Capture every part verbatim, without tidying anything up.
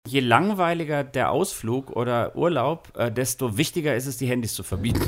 Je langweiliger der Ausflug oder Urlaub, äh, desto wichtiger ist es, die Handys zu verbieten.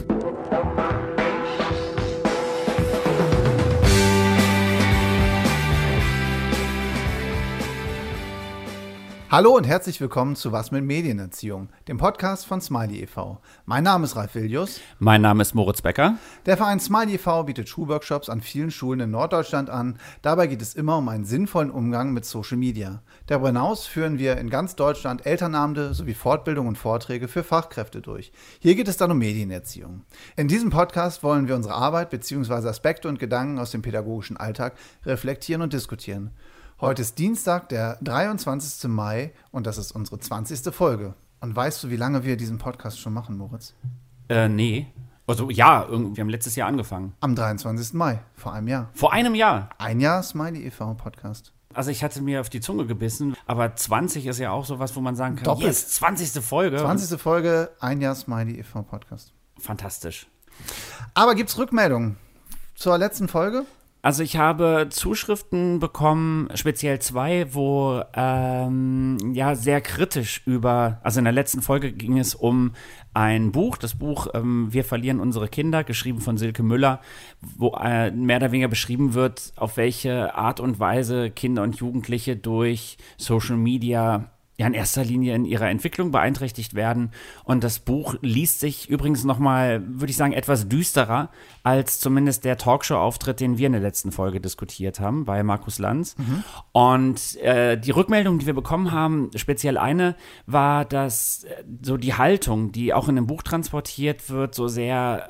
Hallo und herzlich willkommen zu Was mit Medienerziehung, dem Podcast von Smiley e V Mein Name ist Ralf Villius. Mein Name ist Moritz Becker. Der Verein Smiley e V bietet Schulworkshops an vielen Schulen in Norddeutschland an. Dabei geht es immer um einen sinnvollen Umgang mit Social Media. Darüber hinaus führen wir in ganz Deutschland Elternabende sowie Fortbildungen und Vorträge für Fachkräfte durch. Hier geht es dann um Medienerziehung. In diesem Podcast wollen wir unsere Arbeit bzw. Aspekte und Gedanken aus dem pädagogischen Alltag reflektieren und diskutieren. Heute ist Dienstag, der dreiundzwanzigsten Mai und das ist unsere zwanzigste Folge. Und weißt du, wie lange wir diesen Podcast schon machen, Moritz? Äh, nee. Also ja, wir haben letztes Jahr angefangen. Am dreiundzwanzigsten Mai, vor einem Jahr. Vor einem Jahr? Ein Jahr Smiley e V Podcast. Also ich hatte mir auf die Zunge gebissen, aber zwanzig ist ja auch sowas, wo man sagen kann, Doppelt. Yes, zwanzigste Folge. zwanzigste Folge, ein Jahr Smiley e V Podcast. Fantastisch. Aber gibt's Rückmeldungen zur letzten Folge? Also ich habe Zuschriften bekommen, speziell zwei, wo ähm, ja sehr kritisch über, also in der letzten Folge ging es um ein Buch, das Buch ähm, Wir verlieren unsere Kinder, geschrieben von Silke Müller, wo äh, mehr oder weniger beschrieben wird, auf welche Art und Weise Kinder und Jugendliche durch Social Media ja in erster Linie in ihrer Entwicklung beeinträchtigt werden. Und das Buch liest sich übrigens nochmal, würde ich sagen, etwas düsterer als zumindest der Talkshow-Auftritt, den wir in der letzten Folge diskutiert haben, bei Markus Lanz. Mhm. Und äh, die Rückmeldung, die wir bekommen haben, speziell eine, war, dass äh, so die Haltung, die auch in dem Buch transportiert wird, so sehr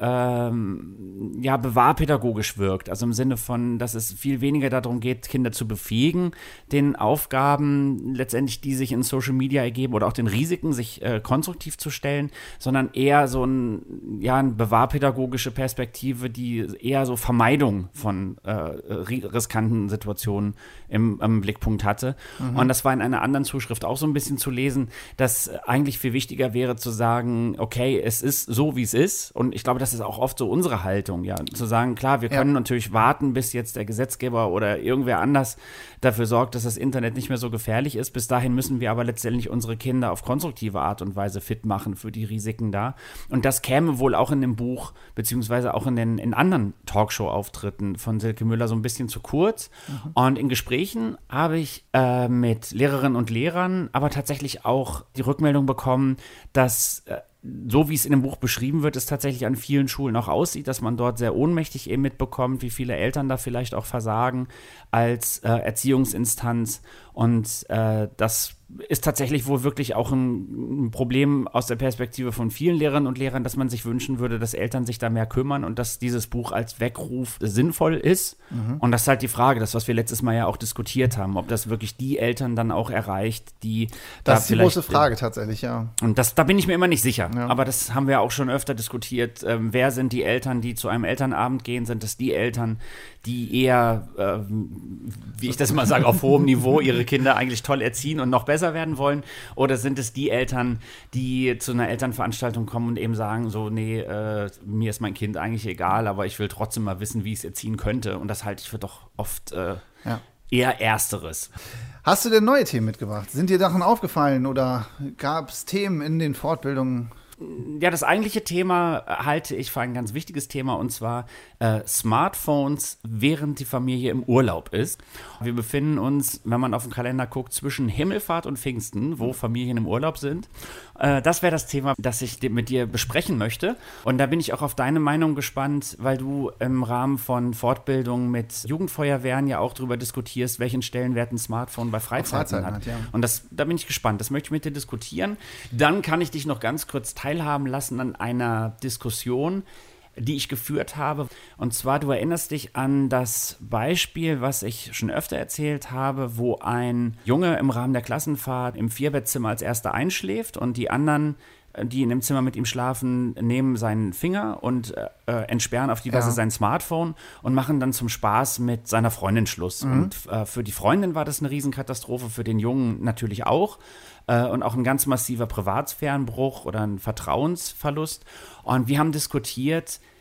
ähm, ja, bewahrpädagogisch wirkt. Also im Sinne von, dass es viel weniger darum geht, Kinder zu befähigen, den Aufgaben letztendlich, die sich in Social Social Media ergeben oder auch den Risiken, sich äh, konstruktiv zu stellen, sondern eher so ein, ja, eine bewahrpädagogische Perspektive, die eher so Vermeidung von äh, riskanten Situationen im, im Blickpunkt hatte. Mhm. Und das war in einer anderen Zuschrift auch so ein bisschen zu lesen, dass eigentlich viel wichtiger wäre zu sagen, okay, es ist so, wie es ist. Und ich glaube, das ist auch oft so unsere Haltung, ja, zu sagen, klar, wir können ja. natürlich warten, bis jetzt der Gesetzgeber oder irgendwer anders dafür sorgt, dass das Internet nicht mehr so gefährlich ist. Bis dahin müssen wir aber letztendlich unsere Kinder auf konstruktive Art und Weise fit machen für die Risiken da. Und das käme wohl auch in dem Buch, beziehungsweise auch in den in anderen Talkshow-Auftritten von Silke Müller so ein bisschen zu kurz. Mhm. Und in Gesprächen habe ich äh, mit Lehrerinnen und Lehrern aber tatsächlich auch die Rückmeldung bekommen, dass äh, so wie es in dem Buch beschrieben wird, es tatsächlich an vielen Schulen auch aussieht, dass man dort sehr ohnmächtig eben mitbekommt, wie viele Eltern da vielleicht auch versagen als äh, Erziehungsinstanz. Und äh, das ist tatsächlich wohl wirklich auch ein, ein Problem aus der Perspektive von vielen Lehrerinnen und Lehrern, dass man sich wünschen würde, dass Eltern sich da mehr kümmern und dass dieses Buch als Weckruf sinnvoll ist. Mhm. Und das ist halt die Frage, das, was wir letztes Mal ja auch diskutiert haben, ob das wirklich die Eltern dann auch erreicht, die da Das ist die große Frage tatsächlich, ja. Und das, da bin ich mir immer nicht sicher. Ja. Aber das haben wir auch schon öfter diskutiert. Ähm, wer sind die Eltern, die zu einem Elternabend gehen? Sind es die Eltern, die eher, äh, wie ich das mal sage, auf hohem Niveau ihre Kinder eigentlich toll erziehen und noch besser werden wollen? Oder sind es die Eltern, die zu einer Elternveranstaltung kommen und eben sagen, so, nee, äh, mir ist mein Kind eigentlich egal, aber ich will trotzdem mal wissen, wie ich es erziehen könnte. Und das halte ich für doch oft äh, ja. eher Ersteres. Hast du denn neue Themen mitgebracht? Sind dir Sachen aufgefallen oder gab es Themen in den Fortbildungen? Ja, das eigentliche Thema halte ich für ein ganz wichtiges Thema, und zwar äh, Smartphones, während die Familie im Urlaub ist. Wir befinden uns, wenn man auf den Kalender guckt, zwischen Himmelfahrt und Pfingsten, wo Familien im Urlaub sind. Äh, das wäre das Thema, das ich mit dir besprechen möchte. Und da bin ich auch auf deine Meinung gespannt, weil du im Rahmen von Fortbildungen mit Jugendfeuerwehren ja auch darüber diskutierst, welchen Stellenwert ein Smartphone bei Freizeiten, Freizeiten hat. hat ja. Und das, da bin ich gespannt. Das möchte ich mit dir diskutieren. Dann kann ich dich noch ganz kurz teilen. teilhaben lassen an einer Diskussion, die ich geführt habe. Und zwar, du erinnerst dich an das Beispiel, was ich schon öfter erzählt habe, wo ein Junge im Rahmen der Klassenfahrt im Vierbettzimmer als erster einschläft und die anderen, die in dem Zimmer mit ihm schlafen, nehmen seinen Finger und äh, entsperren auf die Weise ja. sein Smartphone und machen dann zum Spaß mit seiner Freundin Schluss. Mhm. Und äh, für die Freundin war das eine Riesenkatastrophe, für den Jungen natürlich auch. Und auch ein ganz massiver Privatsphärenbruch oder ein Vertrauensverlust. Und wir haben diskutiert,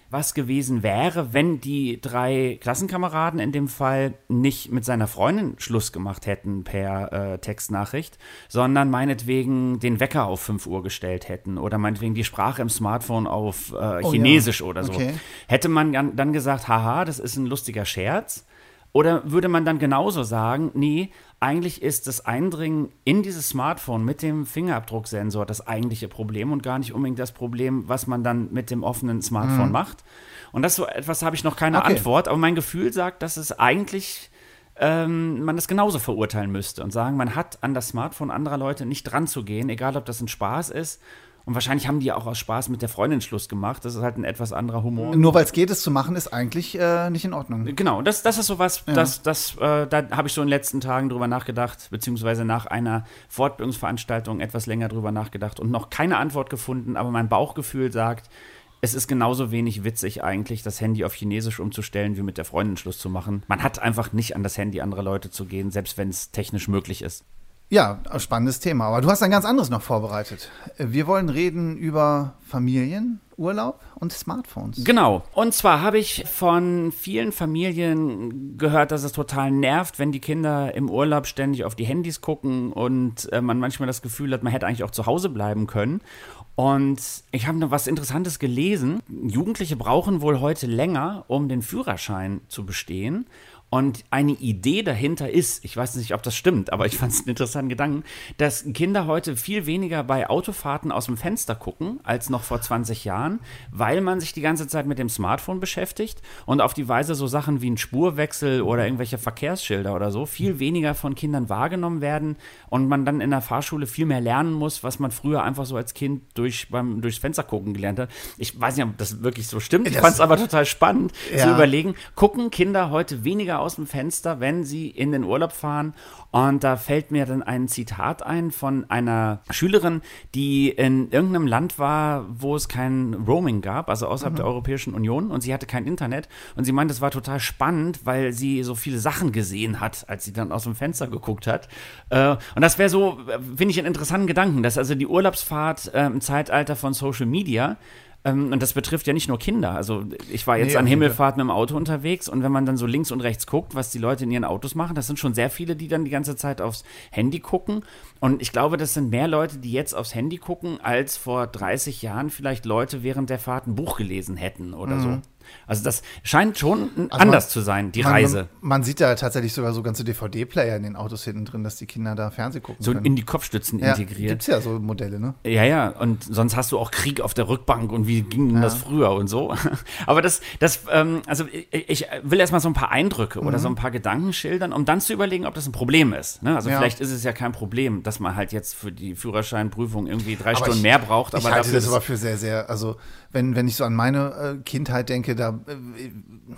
was gewesen wäre, wenn die drei Klassenkameraden in dem Fall nicht mit seiner Freundin Schluss gemacht hätten per äh, Textnachricht, sondern meinetwegen den Wecker auf fünf Uhr gestellt hätten oder meinetwegen die Sprache im Smartphone auf äh, Oh, Chinesisch ja. oder so. Okay. Hätte man dann, dann gesagt, haha, das ist ein lustiger Scherz? Oder würde man dann genauso sagen, nee, eigentlich ist das Eindringen in dieses Smartphone mit dem Fingerabdrucksensor das eigentliche Problem und gar nicht unbedingt das Problem, was man dann mit dem offenen Smartphone Mhm. macht. Und das so etwas habe ich noch keine Okay. Antwort, aber mein Gefühl sagt, dass es eigentlich ähm, man das genauso verurteilen müsste und sagen, man hat an das Smartphone anderer Leute nicht dran zu gehen, egal ob das ein Spaß ist. Und wahrscheinlich haben die ja auch aus Spaß mit der Freundin Schluss gemacht. Das ist halt ein etwas anderer Humor. Nur weil es geht, es zu machen, ist eigentlich äh, nicht in Ordnung. Genau, das, das ist sowas, Ja. das, das, äh, da habe ich so in den letzten Tagen drüber nachgedacht, beziehungsweise nach einer Fortbildungsveranstaltung etwas länger drüber nachgedacht und noch keine Antwort gefunden, aber mein Bauchgefühl sagt, es ist genauso wenig witzig eigentlich, das Handy auf Chinesisch umzustellen, wie mit der Freundin Schluss zu machen. Man hat einfach nicht an das Handy anderer Leute zu gehen, selbst wenn es technisch möglich ist. Ja, spannendes Thema. Aber du hast ein ganz anderes noch vorbereitet. Wir wollen reden über Familien, Urlaub und Smartphones. Genau. Und zwar habe ich von vielen Familien gehört, dass es total nervt, wenn die Kinder im Urlaub ständig auf die Handys gucken und äh, man manchmal das Gefühl hat, man hätte eigentlich auch zu Hause bleiben können. Und ich habe noch was Interessantes gelesen. Jugendliche brauchen wohl heute länger, um den Führerschein zu bestehen. Und eine Idee dahinter ist, ich weiß nicht, ob das stimmt, aber ich fand es einen interessanten Gedanken, dass Kinder heute viel weniger bei Autofahrten aus dem Fenster gucken als noch vor zwanzig Jahren, weil man sich die ganze Zeit mit dem Smartphone beschäftigt und auf die Weise so Sachen wie ein Spurwechsel oder irgendwelche Verkehrsschilder oder so viel weniger von Kindern wahrgenommen werden und man dann in der Fahrschule viel mehr lernen muss, was man früher einfach so als Kind durch, beim, durchs Fenster gucken gelernt hat. Ich weiß nicht, ob das wirklich so stimmt. Ich Das- fand es aber total spannend Ja. zu überlegen, gucken Kinder heute weniger aus dem Fenster, wenn sie in den Urlaub fahren. Und da fällt mir dann ein Zitat ein von einer Schülerin, die in irgendeinem Land war, wo es kein Roaming gab, also außerhalb der Europäischen Union, und sie hatte kein Internet. Und sie meinte, es war total spannend, weil sie so viele Sachen gesehen hat, als sie dann aus dem Fenster geguckt hat. Äh, Und das wäre so, äh, finde ich, einen interessanten Gedanken, dass also die Urlaubsfahrt äh, im Zeitalter von Social Media, Ähm, und das betrifft ja nicht nur Kinder. Also ich war jetzt Nee, an auf jeden Himmelfahrt mit dem Auto unterwegs und wenn man dann so links und rechts guckt, was die Leute in ihren Autos machen, das sind schon sehr viele, die dann die ganze Zeit aufs Handy gucken. Und ich glaube, das sind mehr Leute, die jetzt aufs Handy gucken, als vor dreißig Jahren vielleicht Leute während der Fahrt ein Buch gelesen hätten oder so. Also das scheint schon Also anders man- zu sein, die man, Reise. Man, man sieht ja tatsächlich sogar so ganze D V D-Player in den Autos hinten drin, dass die Kinder da Fernsehen gucken So können. in die Kopfstützen ja, integriert. gibt's ja so Modelle, ne? Ja, ja, und sonst hast du auch Krieg auf der Rückbank und wie ging denn Ja. das früher und so. Aber das, das, ähm, also ich, ich will erstmal so ein paar Eindrücke oder so ein paar Gedanken schildern, um dann zu überlegen, ob das ein Problem ist. Ne? Also Ja. vielleicht ist es ja kein Problem, dass man halt jetzt für die Führerscheinprüfung irgendwie drei Aber Stunden ich- mehr braucht. Aber ich halte dafür das ist- aber für sehr, sehr, also wenn, wenn ich so an meine äh, Kindheit denke, da äh,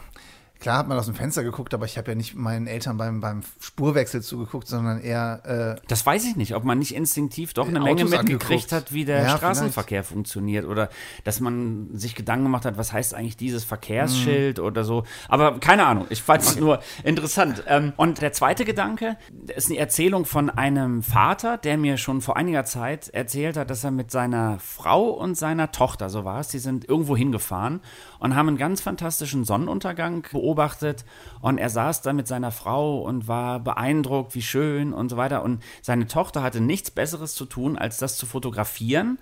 klar hat man aus dem Fenster geguckt, aber ich habe ja nicht meinen Eltern beim, beim Spurwechsel zugeguckt, sondern eher äh, Das weiß ich nicht, ob man nicht instinktiv doch eine Äh, Menge Autos mitgekriegt angeguckt. hat, wie der Ja, Straßenverkehr funktioniert oder dass man sich Gedanken gemacht hat, was heißt eigentlich dieses Verkehrsschild Mhm. oder so. Aber keine Ahnung, ich fand es nur interessant. Ähm, Und der zweite Gedanke ist eine Erzählung von einem Vater, der mir schon vor einiger Zeit erzählt hat, dass er mit seiner Frau und seiner Tochter, so war es, die sind irgendwo hingefahren und haben einen ganz fantastischen Sonnenuntergang beobachtet. Und er saß da mit seiner Frau und war beeindruckt, wie schön und so weiter. Und seine Tochter hatte nichts Besseres zu tun, als das zu fotografieren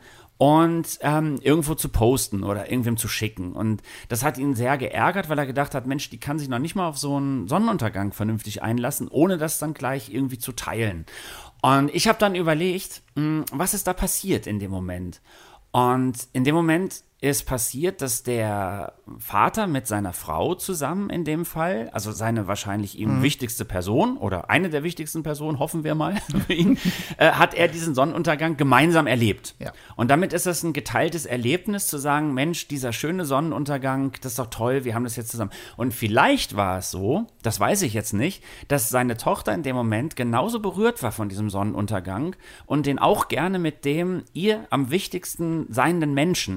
und ähm, irgendwo zu posten oder irgendwem zu schicken. Und das hat ihn sehr geärgert, weil er gedacht hat, Mensch, die kann sich noch nicht mal auf so einen Sonnenuntergang vernünftig einlassen, ohne das dann gleich irgendwie zu teilen. Und ich habe dann überlegt, mh, was ist da passiert in dem Moment? Und in dem Moment ist passiert, dass der Vater mit seiner Frau zusammen in dem Fall, also seine wahrscheinlich ihm wichtigste Person oder eine der wichtigsten Personen, hoffen wir mal für ihn, äh, hat er diesen Sonnenuntergang gemeinsam erlebt. Ja. Und damit ist das ein geteiltes Erlebnis, zu sagen, Mensch, dieser schöne Sonnenuntergang, das ist doch toll, wir haben das jetzt zusammen. Und vielleicht war es so, das weiß ich jetzt nicht, dass seine Tochter in dem Moment genauso berührt war von diesem Sonnenuntergang und den auch gerne mit dem ihr am wichtigsten seienden Menschen teilen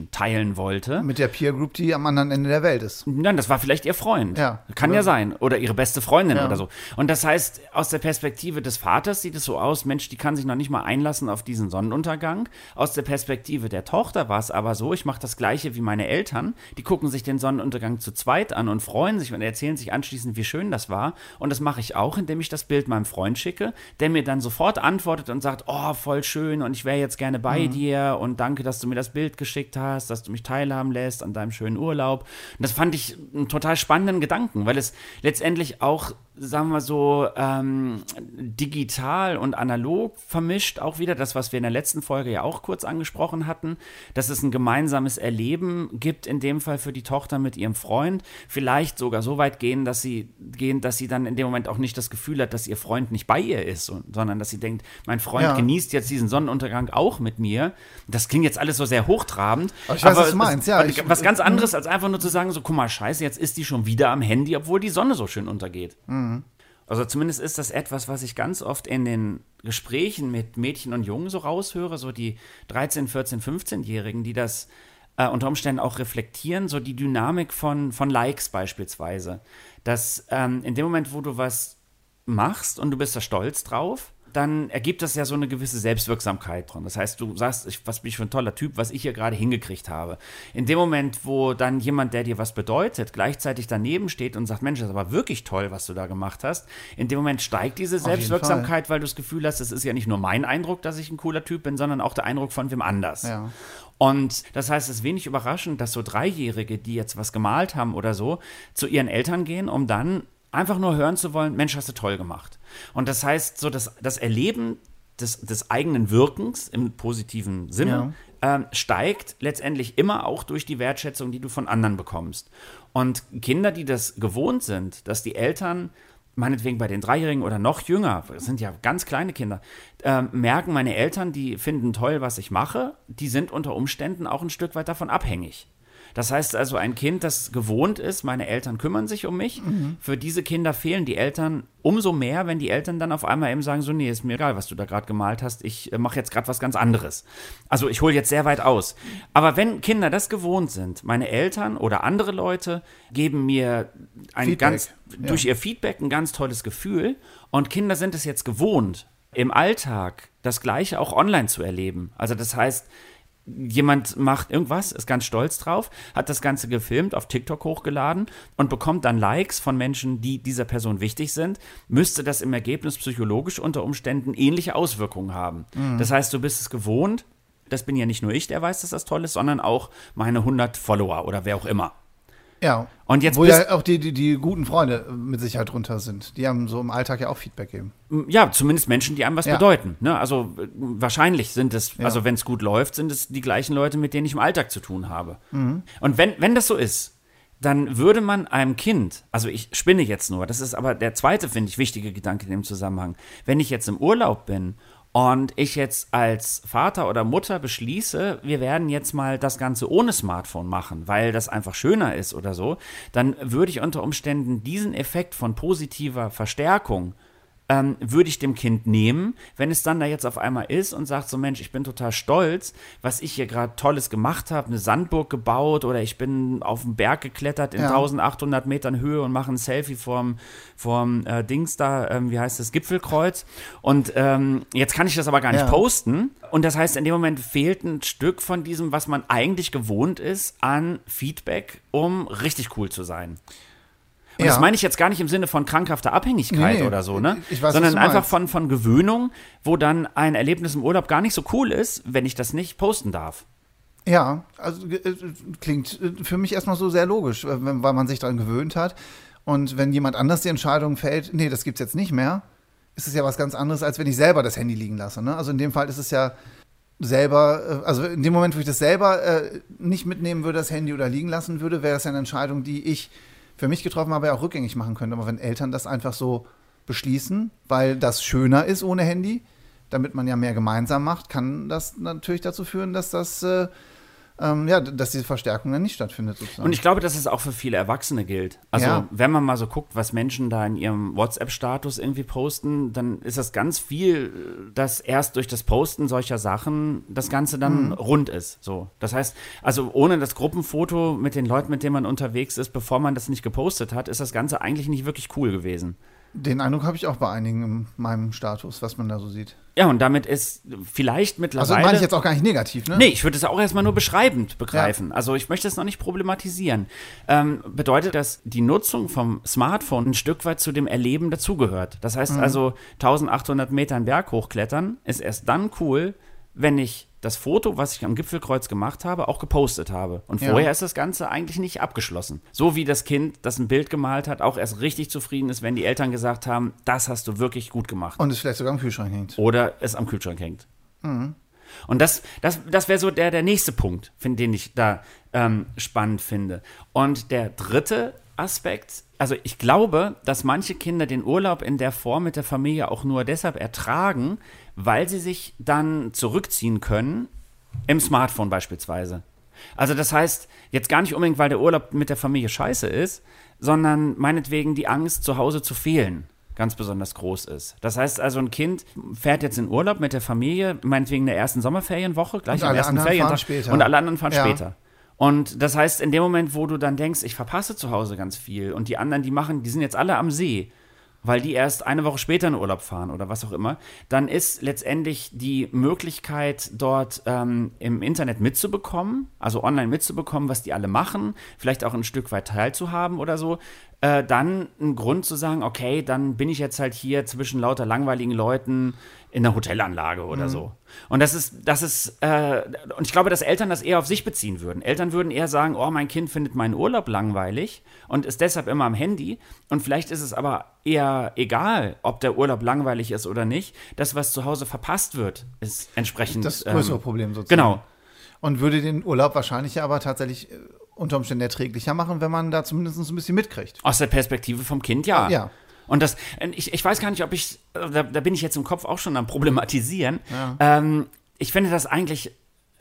sein wollte. Mit der Peer Group, die am anderen Ende der Welt ist. Nein, das war vielleicht ihr Freund. Ja. Kann oder, ja sein. Oder ihre beste Freundin ja. oder so. Und das heißt, aus der Perspektive des Vaters sieht es so aus, Mensch, die kann sich noch nicht mal einlassen auf diesen Sonnenuntergang. Aus der Perspektive der Tochter war es aber so, ich mache das Gleiche wie meine Eltern. Die gucken sich den Sonnenuntergang zu zweit an und freuen sich und erzählen sich anschließend, wie schön das war. Und das mache ich auch, indem ich das Bild meinem Freund schicke, der mir dann sofort antwortet und sagt, oh, voll schön und ich wäre jetzt gerne bei mhm. dir und danke, dass du mir das Bild geschickt hast, dass du mich teilhaben lässt an deinem schönen Urlaub. Und das fand ich einen total spannenden Gedanken, weil es letztendlich auch, sagen wir so, ähm, digital und analog vermischt, auch wieder das, was wir in der letzten Folge ja auch kurz angesprochen hatten, dass es ein gemeinsames Erleben gibt, in dem Fall für die Tochter mit ihrem Freund, vielleicht sogar so weit gehen, dass sie gehen, dass sie dann in dem Moment auch nicht das Gefühl hat, dass ihr Freund nicht bei ihr ist, und, sondern dass sie denkt, mein Freund ja. genießt jetzt diesen Sonnenuntergang auch mit mir. Das klingt jetzt alles so sehr hochtrabend, aber ich weiß, aber was du meinst, ja. Ich, was ganz anderes, als einfach nur zu sagen, so, guck mal, scheiße, jetzt ist die schon wieder am Handy, obwohl die Sonne so schön untergeht. Mhm. Also zumindest ist das etwas, was ich ganz oft in den Gesprächen mit Mädchen und Jungen so raushöre, so die dreizehn-, vierzehn-, fünfzehnjährigen, die das äh, unter Umständen auch reflektieren, so die Dynamik von, von Likes beispielsweise. Dass ähm, in dem Moment, wo du was machst und du bist da stolz drauf, dann ergibt das ja so eine gewisse Selbstwirksamkeit drin. Das heißt, du sagst, ich, was bin ich für ein toller Typ, was ich hier gerade hingekriegt habe. In dem Moment, wo dann jemand, der dir was bedeutet, gleichzeitig daneben steht und sagt, Mensch, das ist aber wirklich toll, was du da gemacht hast, in dem Moment steigt diese Selbstwirksamkeit, weil du das Gefühl hast, es ist ja nicht nur mein Eindruck, dass ich ein cooler Typ bin, sondern auch der Eindruck von wem anders. Ja. Und das heißt, es ist wenig überraschend, dass so Dreijährige, die jetzt was gemalt haben oder so, zu ihren Eltern gehen, um dann einfach nur hören zu wollen, Mensch, hast du toll gemacht. Und das heißt, so das, das Erleben des, des eigenen Wirkens im positiven Sinne ja. ähm, steigt letztendlich immer auch durch die Wertschätzung, die du von anderen bekommst. Und Kinder, die das gewohnt sind, dass die Eltern, meinetwegen bei den Dreijährigen oder noch jünger, das sind ja ganz kleine Kinder, äh, merken, meine Eltern, die finden toll, was ich mache, die sind unter Umständen auch ein Stück weit davon abhängig. Das heißt also, ein Kind, das gewohnt ist, meine Eltern kümmern sich um mich, mhm. für diese Kinder fehlen die Eltern umso mehr, wenn die Eltern dann auf einmal eben sagen, so, nee, ist mir egal, was du da gerade gemalt hast, ich äh, mache jetzt gerade was ganz anderes. Also ich hole jetzt sehr weit aus. Aber wenn Kinder das gewohnt sind, meine Eltern oder andere Leute geben mir ein Feedback. ganz, ja. durch ihr Feedback ein ganz tolles Gefühl, und Kinder sind es jetzt gewohnt, im Alltag das Gleiche auch online zu erleben. Also das heißt, jemand macht irgendwas, ist ganz stolz drauf, hat das Ganze gefilmt, auf TikTok hochgeladen und bekommt dann Likes von Menschen, die dieser Person wichtig sind, müsste das im Ergebnis psychologisch unter Umständen ähnliche Auswirkungen haben. Mhm. Das heißt, du bist es gewohnt, das bin ja nicht nur ich, der weiß, dass das toll ist, sondern auch meine hundert Follower oder wer auch immer. Ja, und jetzt wo ja auch die, die, die guten Freunde mit Sicherheit drunter sind. Die haben so im Alltag ja auch Feedback geben. Ja, zumindest Menschen, die einem was ja. bedeuten. Ne? Also wahrscheinlich sind es, ja. also wenn es gut läuft, sind es die gleichen Leute, mit denen ich im Alltag zu tun habe. Mhm. Und wenn, wenn das so ist, dann würde man einem Kind, also ich spinne jetzt nur, das ist aber der zweite, finde ich, wichtige Gedanke in dem Zusammenhang, wenn ich jetzt im Urlaub bin und ich jetzt als Vater oder Mutter beschließe, wir werden jetzt mal das Ganze ohne Smartphone machen, weil das einfach schöner ist oder so, dann würde ich unter Umständen diesen Effekt von positiver Verstärkung ähm, würde ich dem Kind nehmen, wenn es dann da jetzt auf einmal ist und sagt so, Mensch, ich bin total stolz, was ich hier gerade Tolles gemacht habe, eine Sandburg gebaut oder ich bin auf den Berg geklettert in ja. eintausendachthundert Metern Höhe und mache ein Selfie vorm, vorm äh, Dings da, ähm, wie heißt das, Gipfelkreuz, und ähm, jetzt kann ich das aber gar nicht ja. posten, und das heißt, in dem Moment fehlt ein Stück von diesem, was man eigentlich gewohnt ist, an Feedback, um richtig cool zu sein. Und ja. das meine ich jetzt gar nicht im Sinne von krankhafter Abhängigkeit nee, oder so, ne? Ich weiß, sondern einfach von, von Gewöhnung, wo dann ein Erlebnis im Urlaub gar nicht so cool ist, wenn ich das nicht posten darf. Ja, also äh, klingt für mich erstmal so sehr logisch, weil man sich daran gewöhnt hat. Und wenn jemand anders die Entscheidung fällt, nee, das gibt's jetzt nicht mehr, ist es ja was ganz anderes, als wenn ich selber das Handy liegen lasse, ne? Also in dem Fall ist es ja selber, also in dem Moment, wo ich das selber äh, nicht mitnehmen würde, das Handy oder liegen lassen würde, wäre das ja eine Entscheidung, die ich für mich getroffen habe, ja auch rückgängig machen könnte. Aber wenn Eltern das einfach so beschließen, weil das schöner ist ohne Handy, damit man ja mehr gemeinsam macht, kann das natürlich dazu führen, dass das äh, ähm, ja, dass diese Verstärkung dann nicht stattfindet sozusagen. Und ich glaube, dass es auch für viele Erwachsene gilt. Also Ja. wenn man mal so guckt, was Menschen da in ihrem WhatsApp-Status irgendwie posten, dann ist das ganz viel, dass erst durch das Posten solcher Sachen das Ganze dann mhm. rund ist. So. Das heißt, also ohne das Gruppenfoto mit den Leuten, mit denen man unterwegs ist, bevor man das nicht gepostet hat, ist das Ganze eigentlich nicht wirklich cool gewesen. Den Eindruck habe ich auch bei einigen in meinem Status, was man da so sieht. Ja, und damit ist vielleicht mittlerweile... Also meine ich jetzt auch gar nicht negativ, ne? Nee, ich würde es auch erstmal nur beschreibend begreifen. Ja. Also ich möchte es noch nicht problematisieren. Ähm, bedeutet, dass die Nutzung vom Smartphone ein Stück weit zu dem Erleben dazugehört. Das heißt mhm. also, eintausendachthundert Meter einen Berg hochklettern ist erst dann cool, wenn ich das Foto, was ich am Gipfelkreuz gemacht habe, auch gepostet habe. Und vorher ja. ist das Ganze eigentlich nicht abgeschlossen. So wie das Kind, das ein Bild gemalt hat, auch erst richtig zufrieden ist, wenn die Eltern gesagt haben, das hast du wirklich gut gemacht. Und es vielleicht sogar am Kühlschrank hängt. Oder es am Kühlschrank hängt. Mhm. Und das, das, das wäre so der, der nächste Punkt, find, den ich da ähm, spannend finde. Und der dritte Aspekt, also ich glaube, dass manche Kinder den Urlaub in der Form mit der Familie auch nur deshalb ertragen, weil sie sich dann zurückziehen können, im Smartphone beispielsweise. Also das heißt, jetzt gar nicht unbedingt, weil der Urlaub mit der Familie scheiße ist, sondern meinetwegen die Angst, zu Hause zu fehlen, ganz besonders groß ist. Das heißt also, ein Kind fährt jetzt in Urlaub mit der Familie, meinetwegen in der ersten Sommerferienwoche, gleich am ersten Ferientag, und alle anderen fahren ja. später. Und das heißt, in dem Moment, wo du dann denkst, ich verpasse zu Hause ganz viel und die anderen, die machen, die sind jetzt alle am See, weil die erst eine Woche später in Urlaub fahren oder was auch immer, dann ist letztendlich die Möglichkeit, dort ähm, im Internet mitzubekommen, also online mitzubekommen, was die alle machen, vielleicht auch ein Stück weit teilzuhaben oder so, äh, dann ein Grund zu sagen, okay, dann bin ich jetzt halt hier zwischen lauter langweiligen Leuten in einer Hotelanlage oder mhm. so. Und das ist, das ist, äh, und ich glaube, dass Eltern das eher auf sich beziehen würden. Eltern würden eher sagen, oh, mein Kind findet meinen Urlaub langweilig und ist deshalb immer am Handy. Und vielleicht ist es aber eher egal, ob der Urlaub langweilig ist oder nicht. Das, was zu Hause verpasst wird, ist entsprechend das größere ähm, Problem sozusagen. Genau. Und würde den Urlaub wahrscheinlich ja aber tatsächlich äh, unter Umständen erträglicher machen, wenn man da zumindest ein bisschen mitkriegt. Aus der Perspektive vom Kind, ja. Ja. Und das, ich, ich weiß gar nicht, ob ich, da, da bin ich jetzt im Kopf auch schon am Problematisieren. Ja. Ähm, ich finde das eigentlich,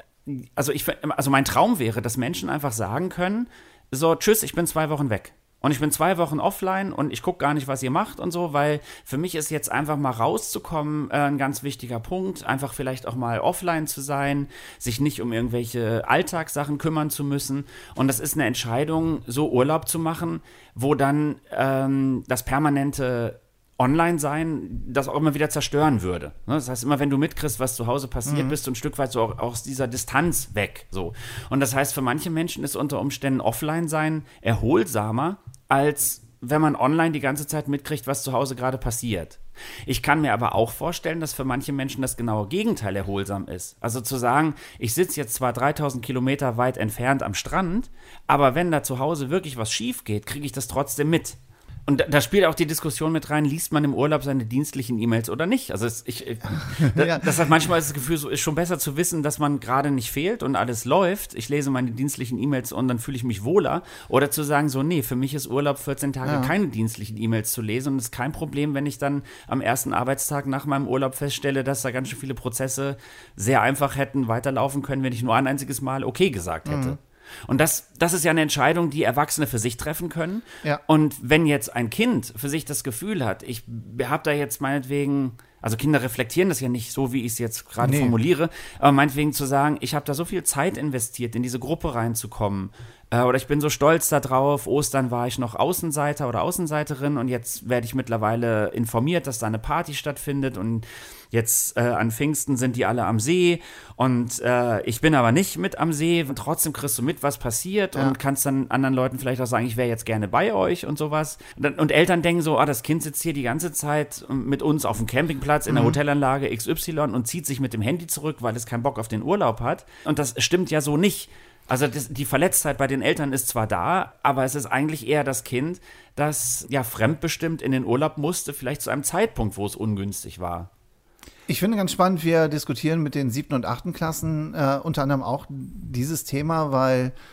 also, ich, also mein Traum wäre, dass Menschen einfach sagen können, so, tschüss, ich bin zwei Wochen weg. Und ich bin zwei Wochen offline und ich gucke gar nicht, was ihr macht und so, weil für mich ist jetzt einfach mal rauszukommen äh, ein ganz wichtiger Punkt, einfach vielleicht auch mal offline zu sein, sich nicht um irgendwelche Alltagssachen kümmern zu müssen. Und das ist eine Entscheidung, so Urlaub zu machen, wo dann ähm, das permanente Online-Sein das auch immer wieder zerstören würde. Das heißt, immer wenn du mitkriegst, was zu Hause passiert, mhm. bist du ein Stück weit so auch aus dieser Distanz weg. So. Und das heißt, für manche Menschen ist unter Umständen Offline-Sein erholsamer, als wenn man online die ganze Zeit mitkriegt, was zu Hause gerade passiert. Ich kann mir aber auch vorstellen, dass für manche Menschen das genaue Gegenteil erholsam ist. Also zu sagen, ich sitze jetzt zwar dreitausend Kilometer weit entfernt am Strand, aber wenn da zu Hause wirklich was schief geht, kriege ich das trotzdem mit. Und da spielt auch die Diskussion mit rein, liest man im Urlaub seine dienstlichen E-Mails oder nicht? Also es, ich, da, ja. das hat manchmal das Gefühl, so ist schon besser zu wissen, dass man gerade nicht fehlt und alles läuft. Ich lese meine dienstlichen E-Mails und dann fühle ich mich wohler. Oder zu sagen so, nee, für mich ist Urlaub vierzehn Tage ja. keine dienstlichen E-Mails zu lesen und es ist kein Problem, wenn ich dann am ersten Arbeitstag nach meinem Urlaub feststelle, dass da ganz schön viele Prozesse sehr einfach hätten weiterlaufen können, wenn ich nur ein einziges Mal okay gesagt hätte. Mhm. Und das, das ist ja eine Entscheidung, die Erwachsene für sich treffen können. Ja. Und wenn jetzt ein Kind für sich das Gefühl hat, ich habe da jetzt meinetwegen, also Kinder reflektieren das ja nicht so, wie ich es jetzt gerade nee. formuliere, aber meinetwegen zu sagen, ich habe da so viel Zeit investiert, in diese Gruppe reinzukommen, äh, oder ich bin so stolz darauf, Ostern war ich noch Außenseiter oder Außenseiterin und jetzt werde ich mittlerweile informiert, dass da eine Party stattfindet und jetzt äh, an Pfingsten sind die alle am See und äh, ich bin aber nicht mit am See und trotzdem kriegst du mit, was passiert ja. und kannst dann anderen Leuten vielleicht auch sagen, ich wäre jetzt gerne bei euch und sowas. Und, und Eltern denken so, ah, das Kind sitzt hier die ganze Zeit mit uns auf dem Campingplatz in der mhm. Hotelanlage X Y und zieht sich mit dem Handy zurück, weil es keinen Bock auf den Urlaub hat. Und das stimmt ja so nicht. Also das, die Verletztheit bei den Eltern ist zwar da, aber es ist eigentlich eher das Kind, das ja fremdbestimmt in den Urlaub musste, vielleicht zu einem Zeitpunkt, wo es ungünstig war. Ich finde ganz spannend, wir diskutieren mit den siebten und achten Klassen äh, unter anderem auch dieses Thema, weil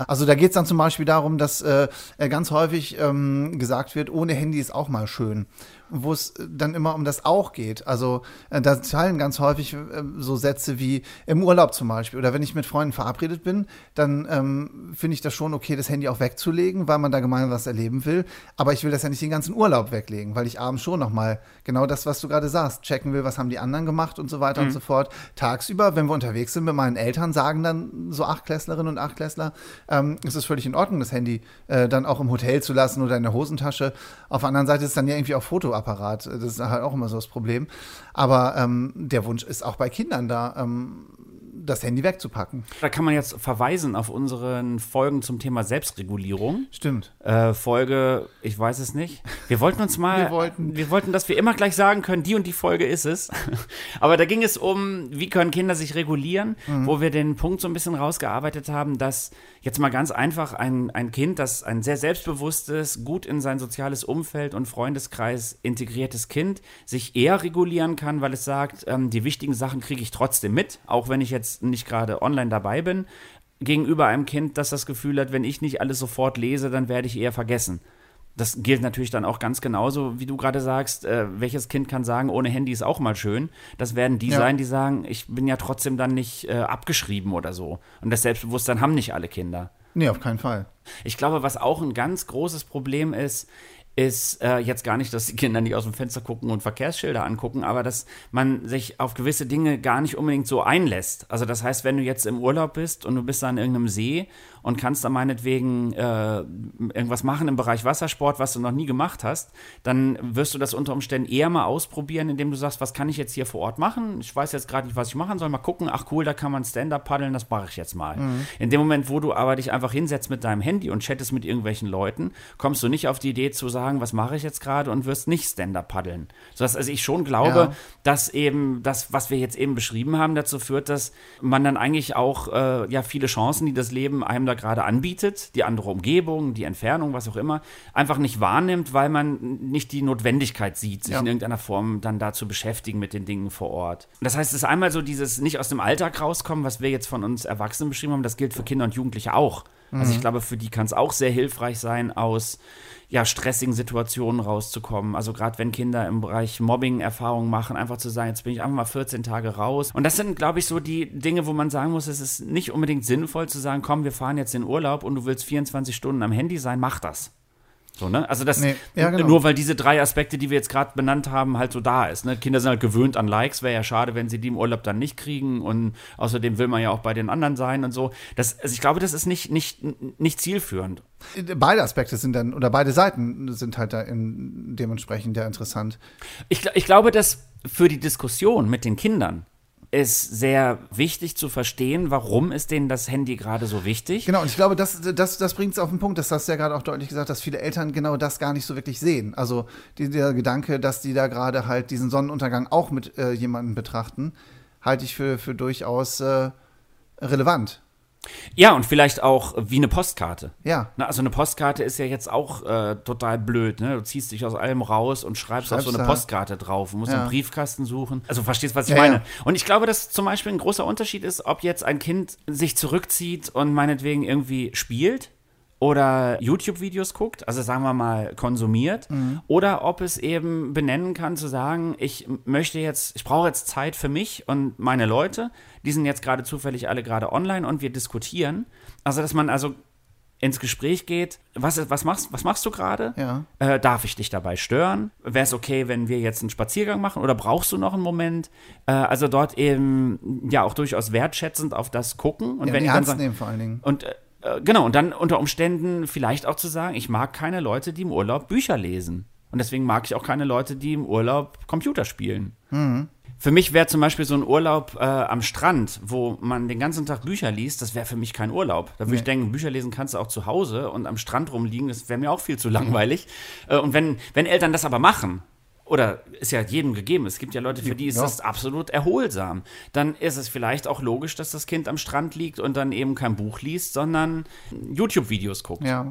Also da geht es dann zum Beispiel darum, dass äh, ganz häufig ähm, gesagt wird, ohne Handy ist auch mal schön. Wo es dann immer um das auch geht. Also äh, da teilen ganz häufig äh, so Sätze wie im Urlaub zum Beispiel. Oder wenn ich mit Freunden verabredet bin, dann ähm, finde ich das schon okay, das Handy auch wegzulegen, weil man da gemeinsam was erleben will. Aber ich will das ja nicht den ganzen Urlaub weglegen, weil ich abends schon nochmal genau das, was du gerade sagst, checken will, was haben die anderen gemacht und so weiter mhm. und so fort. Tagsüber, wenn wir unterwegs sind mit meinen Eltern, sagen dann so Achtklässlerinnen und Achtklässler, ähm, es ist völlig in Ordnung, das Handy äh, dann auch im Hotel zu lassen oder in der Hosentasche. Auf der anderen Seite ist dann ja irgendwie auch Fotoapparat. Das ist halt auch immer so das Problem. Aber ähm, der Wunsch ist auch bei Kindern da, ähm, das Handy wegzupacken. Da kann man jetzt verweisen auf unseren Folgen zum Thema Selbstregulierung. Stimmt. Äh, Folge, ich weiß es nicht. Wir wollten uns mal, wir wollten, wir wollten, dass wir immer gleich sagen können, die und die Folge ist es. Aber da ging es um, wie können Kinder sich regulieren, mhm. wo wir den Punkt so ein bisschen rausgearbeitet haben, dass jetzt mal ganz einfach ein, ein Kind, das ein sehr selbstbewusstes, gut in sein soziales Umfeld und Freundeskreis integriertes Kind sich eher regulieren kann, weil es sagt, ähm, die wichtigen Sachen kriege ich trotzdem mit, auch wenn ich jetzt nicht gerade online dabei bin, gegenüber einem Kind, das das Gefühl hat, wenn ich nicht alles sofort lese, dann werde ich eher vergessen. Das gilt natürlich dann auch ganz genauso, wie du gerade sagst, äh, welches Kind kann sagen, ohne Handy ist auch mal schön. Das werden die ja. sein, die sagen, ich bin ja trotzdem dann nicht äh, abgeschrieben oder so. Und das Selbstbewusstsein haben nicht alle Kinder. Nee, auf keinen Fall. Ich glaube, was auch ein ganz großes Problem ist, ist äh, jetzt gar nicht, dass die Kinder nicht aus dem Fenster gucken und Verkehrsschilder angucken, aber dass man sich auf gewisse Dinge gar nicht unbedingt so einlässt. Also das heißt, wenn du jetzt im Urlaub bist und du bist da an irgendeinem See und kannst da meinetwegen äh, irgendwas machen im Bereich Wassersport, was du noch nie gemacht hast, dann wirst du das unter Umständen eher mal ausprobieren, indem du sagst, was kann ich jetzt hier vor Ort machen? Ich weiß jetzt gerade nicht, was ich machen soll. Mal gucken, ach cool, da kann man Stand-Up paddeln, das mache ich jetzt mal. Mhm. In dem Moment, wo du aber dich einfach hinsetzt mit deinem Handy und chattest mit irgendwelchen Leuten, kommst du nicht auf die Idee zu sagen, was mache ich jetzt gerade und wirst nicht Stand-Up paddeln. Sodass also ich schon glaube, ja. dass eben das, was wir jetzt eben beschrieben haben, dazu führt, dass man dann eigentlich auch äh, ja viele Chancen, die das Leben einem da gerade anbietet, die andere Umgebung, die Entfernung, was auch immer, einfach nicht wahrnimmt, weil man nicht die Notwendigkeit sieht, sich ja. in irgendeiner Form dann da zu beschäftigen mit den Dingen vor Ort. Das heißt, es ist einmal so dieses nicht aus dem Alltag rauskommen, was wir jetzt von uns Erwachsenen beschrieben haben, das gilt für Kinder und Jugendliche auch. Mhm. Also ich glaube, für die kann es auch sehr hilfreich sein, aus ja, stressigen Situationen rauszukommen. Also gerade wenn Kinder im Bereich Mobbing Erfahrungen machen, einfach zu sagen, jetzt bin ich einfach mal vierzehn Tage raus. Und das sind, glaube ich, so die Dinge, wo man sagen muss, es ist nicht unbedingt sinnvoll zu sagen, komm, wir fahren jetzt in Urlaub und du willst vierundzwanzig Stunden am Handy sein, mach das. So, ne? Also das, nee, ja, genau. nur weil diese drei Aspekte, die wir jetzt gerade benannt haben, halt so da ist. Ne? Kinder sind halt gewöhnt an Likes, wäre ja schade, wenn sie die im Urlaub dann nicht kriegen und außerdem will man ja auch bei den anderen sein und so. Das, also ich glaube, das ist nicht, nicht, nicht zielführend. Beide Aspekte sind dann, oder beide Seiten sind halt da in, dementsprechend ja interessant. Ich, ich glaube, dass für die Diskussion mit den Kindern ist sehr wichtig zu verstehen, warum ist denen das Handy gerade so wichtig. Genau, und ich glaube, das, das, das bringt es auf den Punkt, das hast du ja gerade auch deutlich gesagt, dass viele Eltern genau das gar nicht so wirklich sehen. Also die, der Gedanke, dass die da gerade halt diesen Sonnenuntergang auch mit äh, jemandem betrachten, halte ich für, für durchaus äh, relevant. Ja, und vielleicht auch wie eine Postkarte. Ja. Na, also eine Postkarte ist ja jetzt auch äh, total blöd, ne? Du ziehst dich aus allem raus und schreibst, schreibst auf so eine Postkarte drauf. Du musst ja. einen Briefkasten suchen. Also verstehst, was ich ja, meine. Ja. Und ich glaube, dass zum Beispiel ein großer Unterschied ist, ob jetzt ein Kind sich zurückzieht und meinetwegen irgendwie spielt oder YouTube-Videos guckt, also sagen wir mal konsumiert, mhm. oder ob es eben benennen kann, zu sagen, ich möchte jetzt, ich brauche jetzt Zeit für mich und meine Leute, die sind jetzt gerade zufällig alle gerade online und wir diskutieren. Also, dass man also ins Gespräch geht, was, was, machst, was machst du gerade? Ja. Äh, darf ich dich dabei stören? Wäre es okay, wenn wir jetzt einen Spaziergang machen oder brauchst du noch einen Moment? Äh, also dort eben ja auch durchaus wertschätzend auf das gucken. Und ja, wenn die ich ernst dann nehmen vor allen Dingen. Und äh, Genau, und dann unter Umständen vielleicht auch zu sagen, ich mag keine Leute, die im Urlaub Bücher lesen. Und deswegen mag ich auch keine Leute, die im Urlaub Computer spielen. Mhm. Für mich wäre zum Beispiel so ein Urlaub äh, am Strand, wo man den ganzen Tag Bücher liest, das wäre für mich kein Urlaub. Da würde nee. ich denken, Bücher lesen kannst du auch zu Hause und am Strand rumliegen, das wäre mir auch viel zu langweilig. Äh, und wenn, wenn Eltern das aber machen, oder ist ja jedem gegeben, es gibt ja Leute, für die ist ja. das absolut erholsam. Dann ist es vielleicht auch logisch, dass das Kind am Strand liegt und dann eben kein Buch liest, sondern YouTube-Videos guckt. Ja.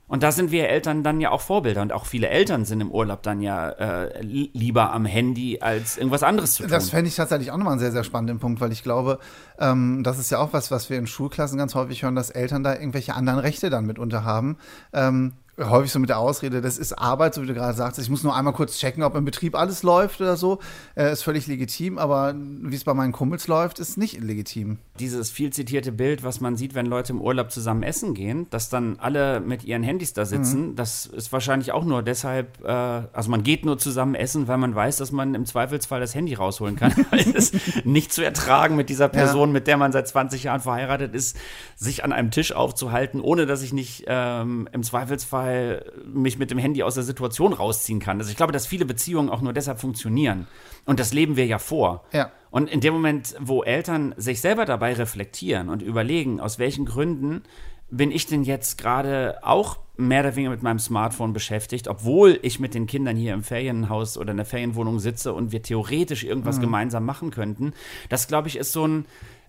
Und da sind wir Eltern dann ja auch Vorbilder. Und auch viele Eltern sind im Urlaub dann ja äh, lieber am Handy, als irgendwas anderes zu tun. Das fände ich tatsächlich auch nochmal einen sehr, sehr spannenden Punkt, weil ich glaube, ähm, das ist ja auch was, was wir in Schulklassen ganz häufig hören, dass Eltern da irgendwelche anderen Rechte dann mitunter haben. Ähm, häufig so mit der Ausrede, das ist Arbeit, so wie du gerade sagst, ich muss nur einmal kurz checken, ob im Betrieb alles läuft oder so, äh, ist völlig legitim, aber wie es bei meinen Kumpels läuft, ist nicht legitim. Dieses viel zitierte Bild, was man sieht, wenn Leute im Urlaub zusammen essen gehen, dass dann alle mit ihren Handys da sitzen, mhm. das ist wahrscheinlich auch nur deshalb, äh, also man geht nur zusammen essen, weil man weiß, dass man im Zweifelsfall das Handy rausholen kann. Es ist nicht zu ertragen mit dieser Person, ja. mit der man seit zwanzig Jahren verheiratet ist, sich an einem Tisch aufzuhalten, ohne dass ich nicht ähm, im Zweifelsfall mich mit dem Handy aus der Situation rausziehen kann. Also ich glaube, dass viele Beziehungen auch nur deshalb funktionieren. Und das leben wir ja vor. Ja. Und in dem Moment, wo Eltern sich selber dabei reflektieren und überlegen, aus welchen Gründen bin ich denn jetzt gerade auch mehr oder weniger mit meinem Smartphone beschäftigt, obwohl ich mit den Kindern hier im Ferienhaus oder in der Ferienwohnung sitze und wir theoretisch irgendwas mhm. gemeinsam machen könnten. Das, glaube ich, ist so ein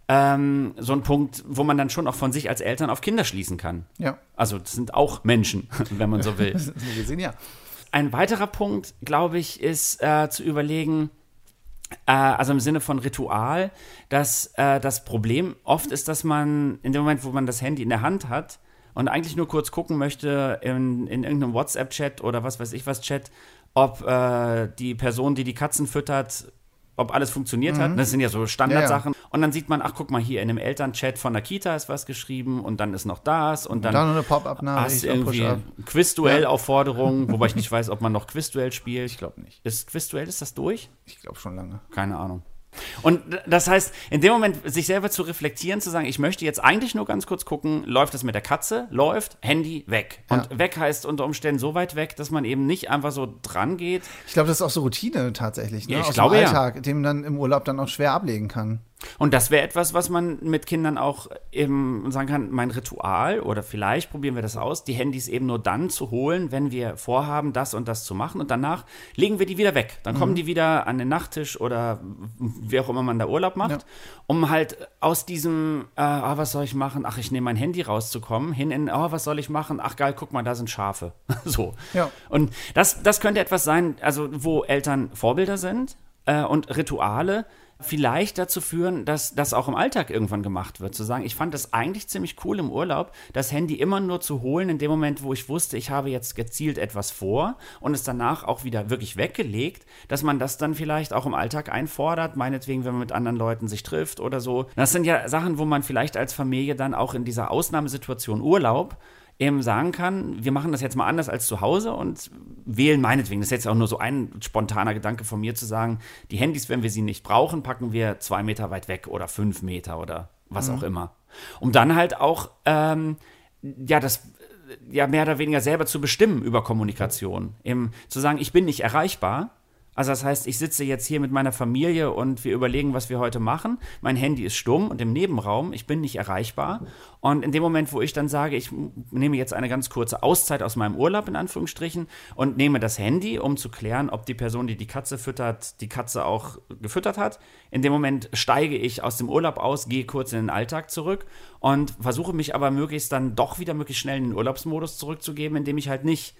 Ähm, so ein Punkt, wo man dann schon auch von sich als Eltern auf Kinder schließen kann. Ja. Also das sind auch Menschen, wenn man so will. Wir sehen, ja. Ein weiterer Punkt, glaube ich, ist äh, zu überlegen, äh, also im Sinne von Ritual, dass äh, das Problem oft ist, dass man in dem Moment, wo man das Handy in der Hand hat und eigentlich nur kurz gucken möchte in, in irgendeinem WhatsApp-Chat oder was weiß ich was Chat, ob äh, die Person, die die Katzen füttert, ob alles funktioniert mhm. hat. Das sind ja so Standardsachen. Ja, ja. Und dann sieht man, ach, guck mal, hier in einem Elternchat von der Kita ist was geschrieben und dann ist noch das und dann, dann noch eine Pop-Up-Nachricht, hast du irgendwie Quizduell-Aufforderungen, ja. wobei ich nicht weiß, ob man noch Quizduell spielt. Ich glaube nicht. Ist Quizduell, ist das durch? Ich glaube schon lange. Keine Ahnung. Und das heißt, in dem Moment sich selber zu reflektieren, zu sagen, ich möchte jetzt eigentlich nur ganz kurz gucken, läuft das mit der Katze? Läuft, Handy weg. Und ja. weg heißt unter Umständen so weit weg, dass man eben nicht einfach so dran geht. Ich glaube, das ist auch so Routine tatsächlich, ne? Ja, ich aus glaube, dem Alltag, ja. den man dann im Urlaub dann auch schwer ablegen kann. Und das wäre etwas, was man mit Kindern auch eben sagen kann, mein Ritual oder vielleicht probieren wir das aus, die Handys eben nur dann zu holen, wenn wir vorhaben, das und das zu machen und danach legen wir die wieder weg. Dann mhm. kommen die wieder an den Nachttisch oder wie auch immer man da Urlaub macht, ja. um halt aus diesem, äh, oh, was soll ich machen, ach, ich nehme mein Handy rauszukommen, hin in, oh, was soll ich machen, ach geil, guck mal, da sind Schafe. So. Ja. Und das, das könnte etwas sein, also wo Eltern Vorbilder sind äh, und Rituale vielleicht dazu führen, dass das auch im Alltag irgendwann gemacht wird. Zu sagen, ich fand das eigentlich ziemlich cool im Urlaub, das Handy immer nur zu holen in dem Moment, wo ich wusste, ich habe jetzt gezielt etwas vor und es danach auch wieder wirklich weggelegt, dass man das dann vielleicht auch im Alltag einfordert, meinetwegen, wenn man mit anderen Leuten sich trifft oder so. Das sind ja Sachen, wo man vielleicht als Familie dann auch in dieser Ausnahmesituation Urlaub eben sagen kann, wir machen das jetzt mal anders als zu Hause und wählen meinetwegen, das ist jetzt auch nur so ein spontaner Gedanke von mir zu sagen, die Handys, wenn wir sie nicht brauchen, packen wir zwei Meter weit weg oder fünf Meter oder was mhm. auch immer. Um dann halt auch, ähm, ja, das ja mehr oder weniger selber zu bestimmen über Kommunikation. Eben zu sagen, ich bin nicht erreichbar. Also das heißt, ich sitze jetzt hier mit meiner Familie und wir überlegen, was wir heute machen. Mein Handy ist stumm und im Nebenraum, ich bin nicht erreichbar. Und in dem Moment, wo ich dann sage, ich nehme jetzt eine ganz kurze Auszeit aus meinem Urlaub, in Anführungsstrichen, und nehme das Handy, um zu klären, ob die Person, die die Katze füttert, die Katze auch gefüttert hat. In dem Moment steige ich aus dem Urlaub aus, gehe kurz in den Alltag zurück und versuche mich aber möglichst dann doch wieder möglichst schnell in den Urlaubsmodus zurückzugeben, indem ich halt nicht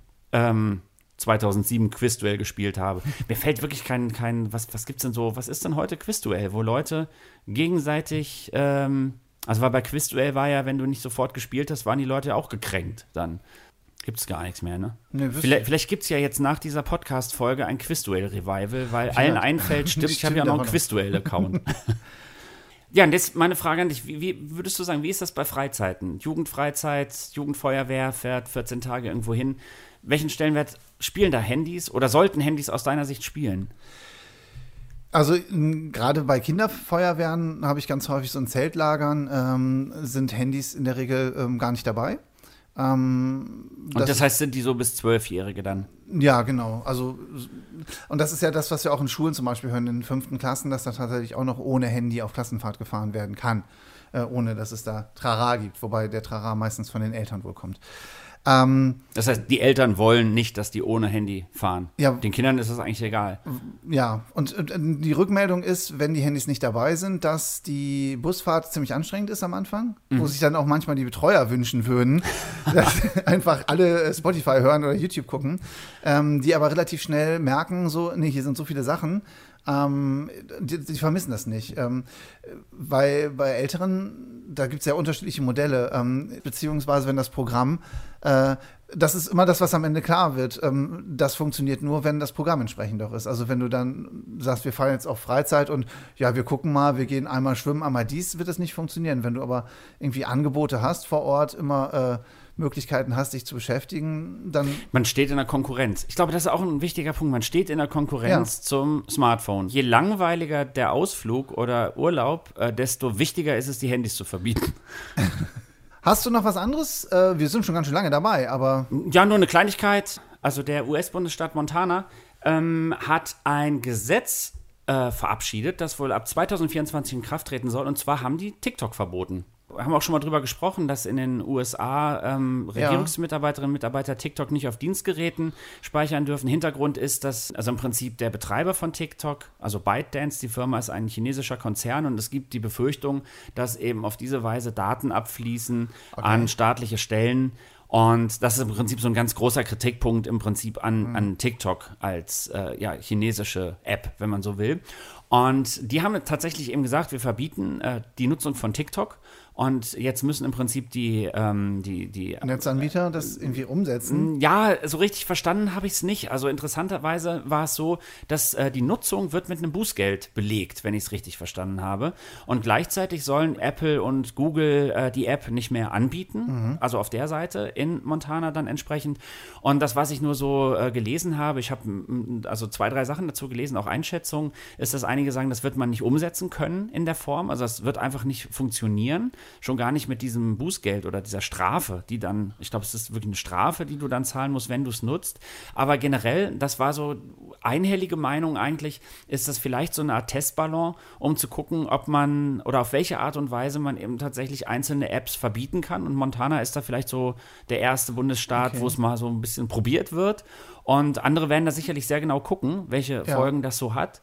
ähm, zweitausendsieben Quizduell gespielt habe. Mir fällt wirklich kein, kein was, was gibt's denn so, was ist denn heute Quizduell, wo Leute gegenseitig, ähm, also weil bei Quizduell war ja, wenn du nicht sofort gespielt hast, waren die Leute auch gekränkt dann. Gibt's gar nichts mehr, ne? Nee, vielleicht vielleicht gibt es ja jetzt nach dieser Podcast-Folge ein Quizduell-Revival, weil ja, allen einfällt, stimmt, ich habe ja noch einen Quizduell-Account. Ja, und jetzt meine Frage an dich, wie, wie würdest du sagen, wie ist das bei Freizeiten? Jugendfreizeit, Jugendfeuerwehr fährt vierzehn Tage irgendwo hin. Welchen Stellenwert spielen da Handys oder sollten Handys aus deiner Sicht spielen? Also gerade bei Kinderfeuerwehren habe ich ganz häufig so in Zeltlagern, ähm, sind Handys in der Regel ähm, gar nicht dabei. Ähm, und das, das heißt, sind die so bis Zwölfjährige dann? Ja, genau. Also, und das ist ja das, was wir auch in Schulen zum Beispiel hören, in den fünften Klassen, dass da tatsächlich auch noch ohne Handy auf Klassenfahrt gefahren werden kann, äh, ohne dass es da Trara gibt, wobei der Trara meistens von den Eltern wohl kommt. Ähm, das heißt, die Eltern wollen nicht, dass die ohne Handy fahren. Ja. Den Kindern ist das eigentlich egal. Ja, und, und die Rückmeldung ist, wenn die Handys nicht dabei sind, dass die Busfahrt ziemlich anstrengend ist am Anfang, mhm. wo sich dann auch manchmal die Betreuer wünschen würden, dass einfach alle Spotify hören oder YouTube gucken, ähm, die aber relativ schnell merken, so, nee, hier sind so viele Sachen, ähm, die, die vermissen das nicht. Ähm, weil bei Älteren, da gibt es ja unterschiedliche Modelle, ähm, beziehungsweise wenn das Programm, äh, das ist immer das, was am Ende klar wird. Ähm, das funktioniert nur, wenn das Programm entsprechend auch ist. Also wenn du dann sagst, wir fahren jetzt auf Freizeit und ja, wir gucken mal, wir gehen einmal schwimmen, einmal dies, wird das nicht funktionieren. Wenn du aber irgendwie Angebote hast vor Ort, immer äh, Möglichkeiten hast, dich zu beschäftigen, dann... Man steht in der Konkurrenz. Ich glaube, das ist auch ein wichtiger Punkt. Man steht in der Konkurrenz ja. zum Smartphone. Je langweiliger der Ausflug oder Urlaub, äh, desto wichtiger ist es, die Handys zu verbieten. Hast du noch was anderes? Äh, wir sind schon ganz schön lange dabei, aber... Ja, nur eine Kleinigkeit. Also der U S-Bundesstaat Montana ähm, hat ein Gesetz äh, verabschiedet, das wohl ab zwanzig vierundzwanzig in Kraft treten soll. Und zwar haben die TikTok verboten. Wir haben auch schon mal drüber gesprochen, dass in den U S A ähm, Regierungsmitarbeiterinnen und Mitarbeiter TikTok nicht auf Dienstgeräten speichern dürfen. Hintergrund ist, dass also im Prinzip der Betreiber von TikTok, also ByteDance, die Firma ist ein chinesischer Konzern und es gibt die Befürchtung, dass eben auf diese Weise Daten abfließen okay. an staatliche Stellen. Und das ist im Prinzip so ein ganz großer Kritikpunkt im Prinzip an, mhm. an TikTok als äh, ja, chinesische App, wenn man so will. Und die haben tatsächlich eben gesagt, wir verbieten äh, die Nutzung von TikTok. Und jetzt müssen im Prinzip die, ähm, die, die Netzanbieter das irgendwie umsetzen? Ja, so richtig verstanden habe ich es nicht. Also interessanterweise war es so, dass äh, die Nutzung wird mit einem Bußgeld belegt, wenn ich es richtig verstanden habe. Und gleichzeitig sollen Apple und Google äh, die App nicht mehr anbieten, mhm. also auf der Seite in Montana dann entsprechend. Und das, was ich nur so äh, gelesen habe, ich habe also zwei, drei Sachen dazu gelesen, auch Einschätzungen, ist, dass einige sagen, das wird man nicht umsetzen können in der Form. Also das wird einfach nicht funktionieren. Schon gar nicht mit diesem Bußgeld oder dieser Strafe, die dann, ich glaube, es ist wirklich eine Strafe, die du dann zahlen musst, wenn du es nutzt. Aber generell, das war so einhellige Meinung eigentlich, ist das vielleicht so eine Art Testballon, um zu gucken, ob man oder auf welche Art und Weise man eben tatsächlich einzelne Apps verbieten kann. Und Montana ist da vielleicht so der erste Bundesstaat, okay. wo es mal so ein bisschen probiert wird. Und andere werden da sicherlich sehr genau gucken, welche ja. Folgen das so hat.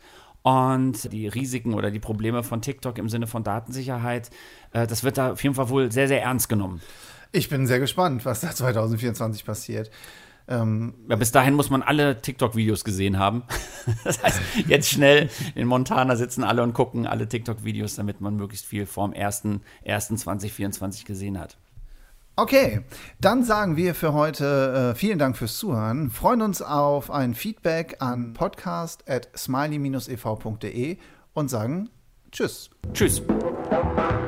Und die Risiken oder die Probleme von TikTok im Sinne von Datensicherheit, äh, das wird da auf jeden Fall wohl sehr, sehr ernst genommen. Ich bin sehr gespannt, was da zwanzig vierundzwanzig passiert. Ähm, ja, bis dahin muss man alle TikTok-Videos gesehen haben. Das heißt, jetzt schnell in Montana sitzen alle und gucken alle TikTok-Videos, damit man möglichst viel vorm ersten ersten zwanzig vierundzwanzig gesehen hat. Okay, dann sagen wir für heute äh, vielen Dank fürs Zuhören. Freuen uns auf ein Feedback an podcast at smiley dash e v punkt de und sagen Tschüss. Tschüss.